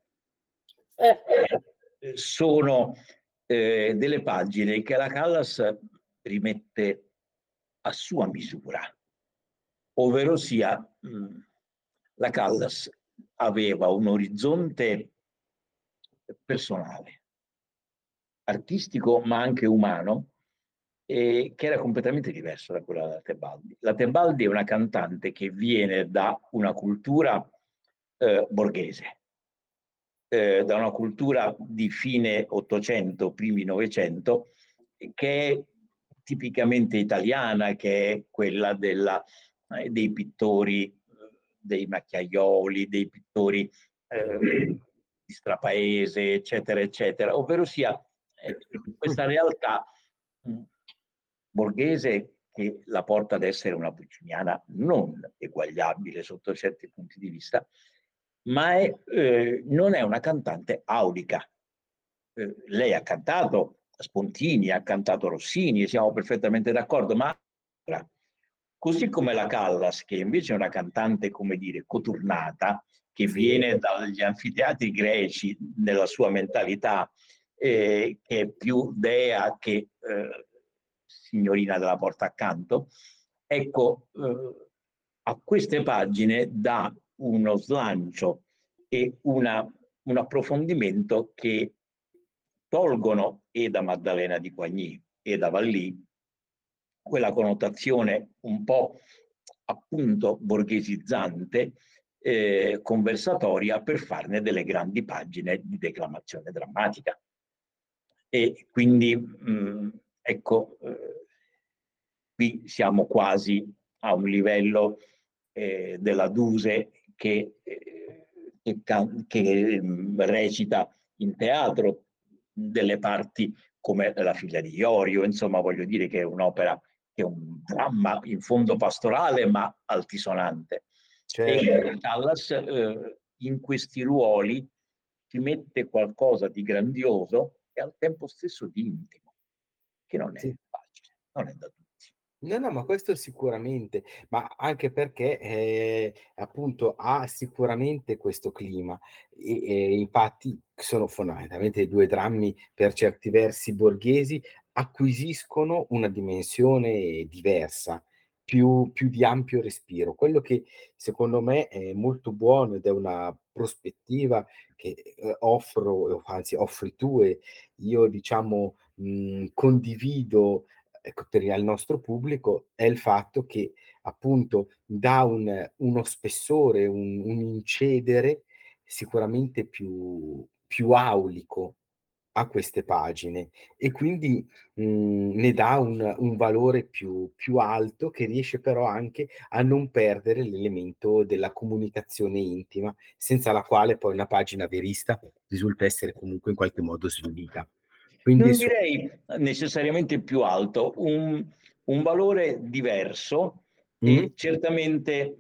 sono delle pagine che la Callas rimette a sua misura, ovvero sia la Callas aveva un orizzonte personale, artistico ma anche umano, che era completamente diverso da quella della Tebaldi. La Tebaldi è una cantante che viene da una cultura borghese, da una cultura di fine Ottocento, primi Novecento, che è tipicamente italiana, che è quella dei pittori, dei macchiaioli, dei pittori di Strapaese, eccetera, eccetera, ovvero sia questa realtà borghese che la porta ad essere una pucciniana non eguagliabile sotto certi punti di vista, ma non è una cantante aulica. Lei ha cantato Spontini, ha cantato Rossini, siamo perfettamente d'accordo, ma così come la Callas, che invece è una cantante, come dire, coturnata, che viene dagli anfiteatri greci nella sua mentalità, che è più dea che signorina della porta accanto, ecco, a queste pagine dà uno slancio e un approfondimento che tolgono e da Maddalena di Coigny e da Vallì quella connotazione un po' appunto borghesizzante, conversatoria, per farne delle grandi pagine di declamazione drammatica. E quindi ecco, qui siamo quasi a un livello della Duse che recita in teatro delle parti come La figlia di Iorio, insomma voglio dire che è un'opera che è un dramma in fondo pastorale ma altisonante. Certo. E Callas in questi ruoli ti mette qualcosa di grandioso e al tempo stesso di intimo, che non è Sì. facile, non è da tutti. No, no, ma questo sicuramente, ma anche perché, appunto ha sicuramente questo clima e infatti sono fondamentalmente 2 drammi per certi versi borghesi, acquisiscono una dimensione diversa, più di ampio respiro. Quello che secondo me è molto buono ed è una prospettiva che, offro o anzi offri tu e io diciamo, condivido, ecco, per al nostro pubblico, è il fatto che appunto dà uno spessore, un incedere sicuramente più aulico a queste pagine e quindi, ne dà un valore più alto che riesce però anche a non perdere l'elemento della comunicazione intima, senza la quale poi una pagina verista risulta essere comunque in qualche modo svilita. Quindi Non direi necessariamente più alto, un valore diverso mh? e certamente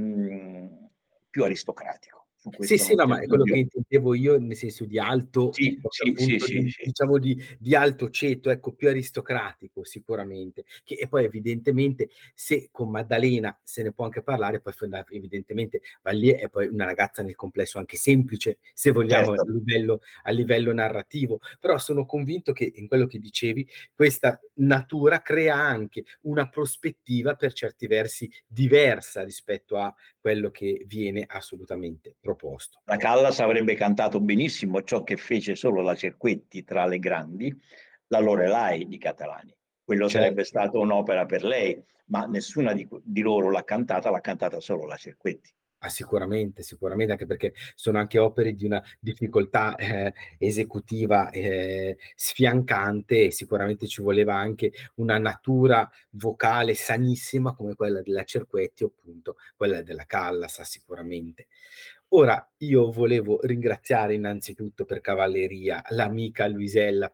più aristocratico. Su Sì, questo sì, non no, c'è ma è quello che dubbio. intendevo io, nel senso di alto, Sì, proprio sì, sì, appunto sì, di sì. diciamo di alto ceto, ecco, più aristocratico sicuramente. Che e poi evidentemente se con Maddalena se ne può anche parlare, poi evidentemente Vallier è poi una ragazza nel complesso anche semplice, se vogliamo Certo. a livello narrativo. Però sono convinto che in quello che dicevi, questa natura crea anche una prospettiva per certi versi diversa rispetto a quello che viene assolutamente proposto. La Callas avrebbe cantato benissimo ciò che fece solo la Cerquetti tra le grandi, la Lorelai di Catalani. Quello sarebbe Certo. stato un'opera per lei, ma nessuna di loro l'ha cantata solo la Cerquetti. Ah, sicuramente, sicuramente, anche perché sono anche opere di una difficoltà, esecutiva, sfiancante e sicuramente ci voleva anche una natura vocale sanissima come quella della Cerquetti o appunto quella della Callas sicuramente. Ora io volevo ringraziare innanzitutto per cavalleria l'amica Luisella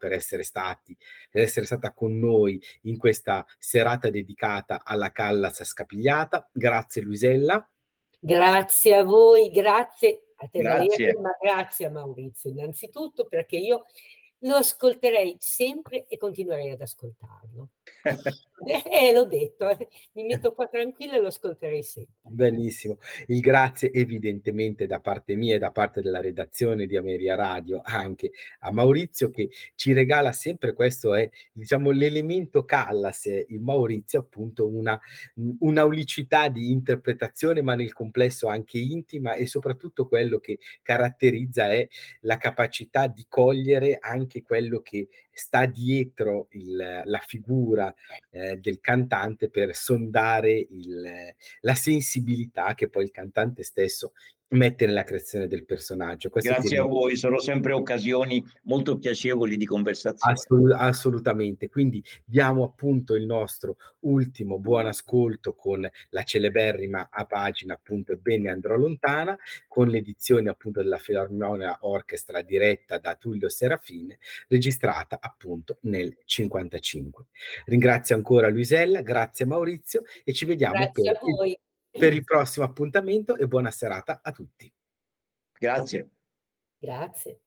per essere stata con noi in questa serata dedicata alla Callas scapigliata. Grazie Luisella. Grazie a voi, grazie a te Grazie. Valerio, ma grazie a Maurizio innanzitutto perché io lo ascolterei sempre e continuerei ad ascoltarlo. L'ho detto, mi metto qua tranquilla e lo ascolterei sempre. Benissimo. Il grazie evidentemente da parte mia e da parte della redazione di Ameria Radio anche a Maurizio che ci regala sempre questo è diciamo l'elemento Callas, in Maurizio appunto un'aulicità di interpretazione, ma nel complesso anche intima e soprattutto quello che caratterizza è la capacità di cogliere anche quello che sta dietro la figura, del cantante per sondare la sensibilità che poi il cantante stesso mette nella creazione del personaggio. Questo ti Grazie a ringrazio. voi, sono sempre occasioni molto piacevoli di conversazione. Assolutamente. Quindi diamo appunto il nostro ultimo buon ascolto con la celeberrima a pagina appunto Ebbene andrò lontana, con l'edizione appunto della Filarmonia Orchestra diretta da Tullio Serafin, registrata appunto nel 55. Ringrazio ancora Luisella, grazie Maurizio e ci vediamo Grazie a voi. per il prossimo appuntamento e buona serata a tutti. Grazie. Grazie.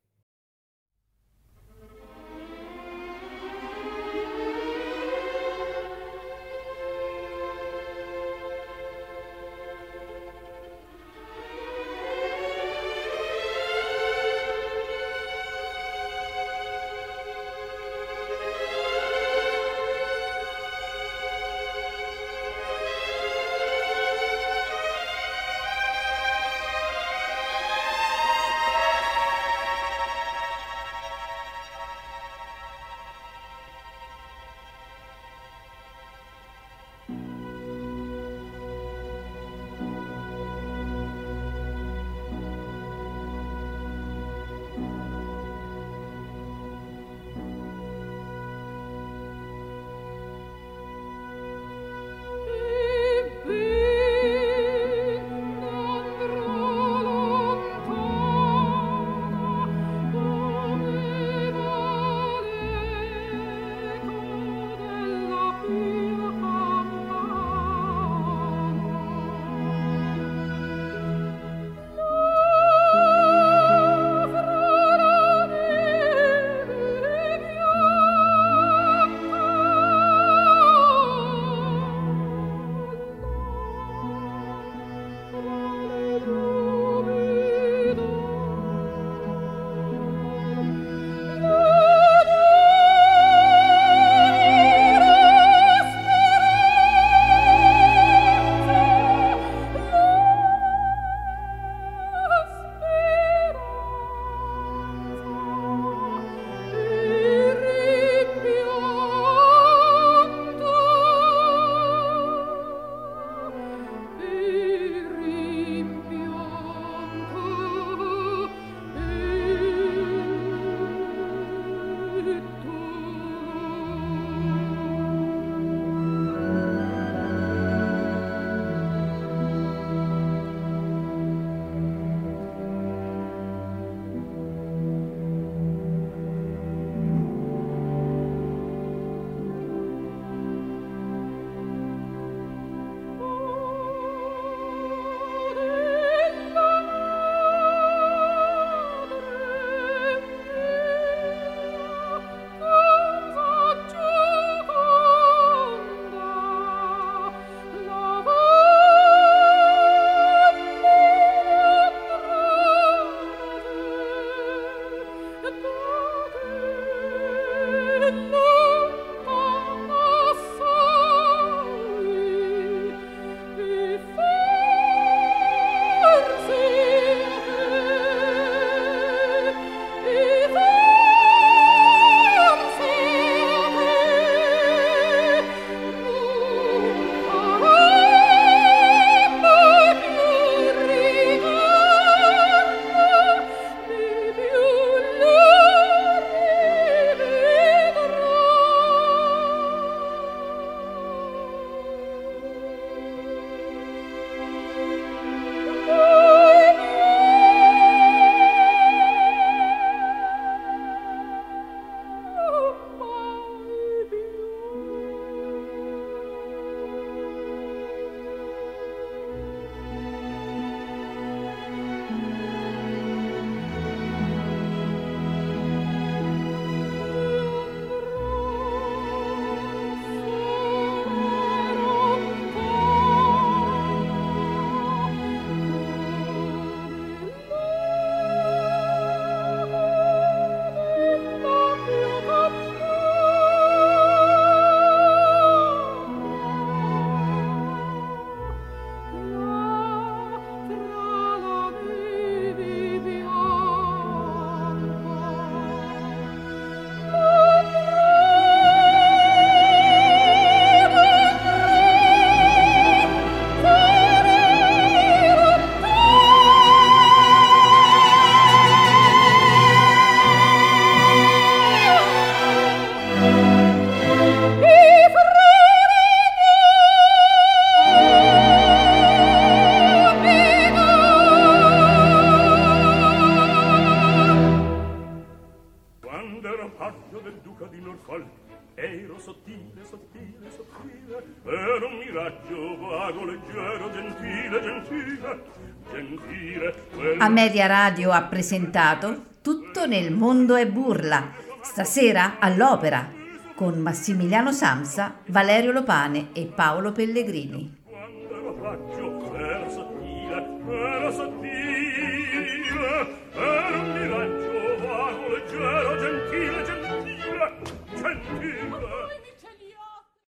rapaggio del duca di Norfolk. Ero sottile, sottile, sottile, ero un miraggio vago, leggero, gentile, gentile, gentile. Ameria Radio ha presentato Tutto nel mondo è burla, stasera all'Opera, con Massimiliano Samsa, Valerio Lopane e Paolo Pellegrini. Quando ero rapaggio, ero sottile,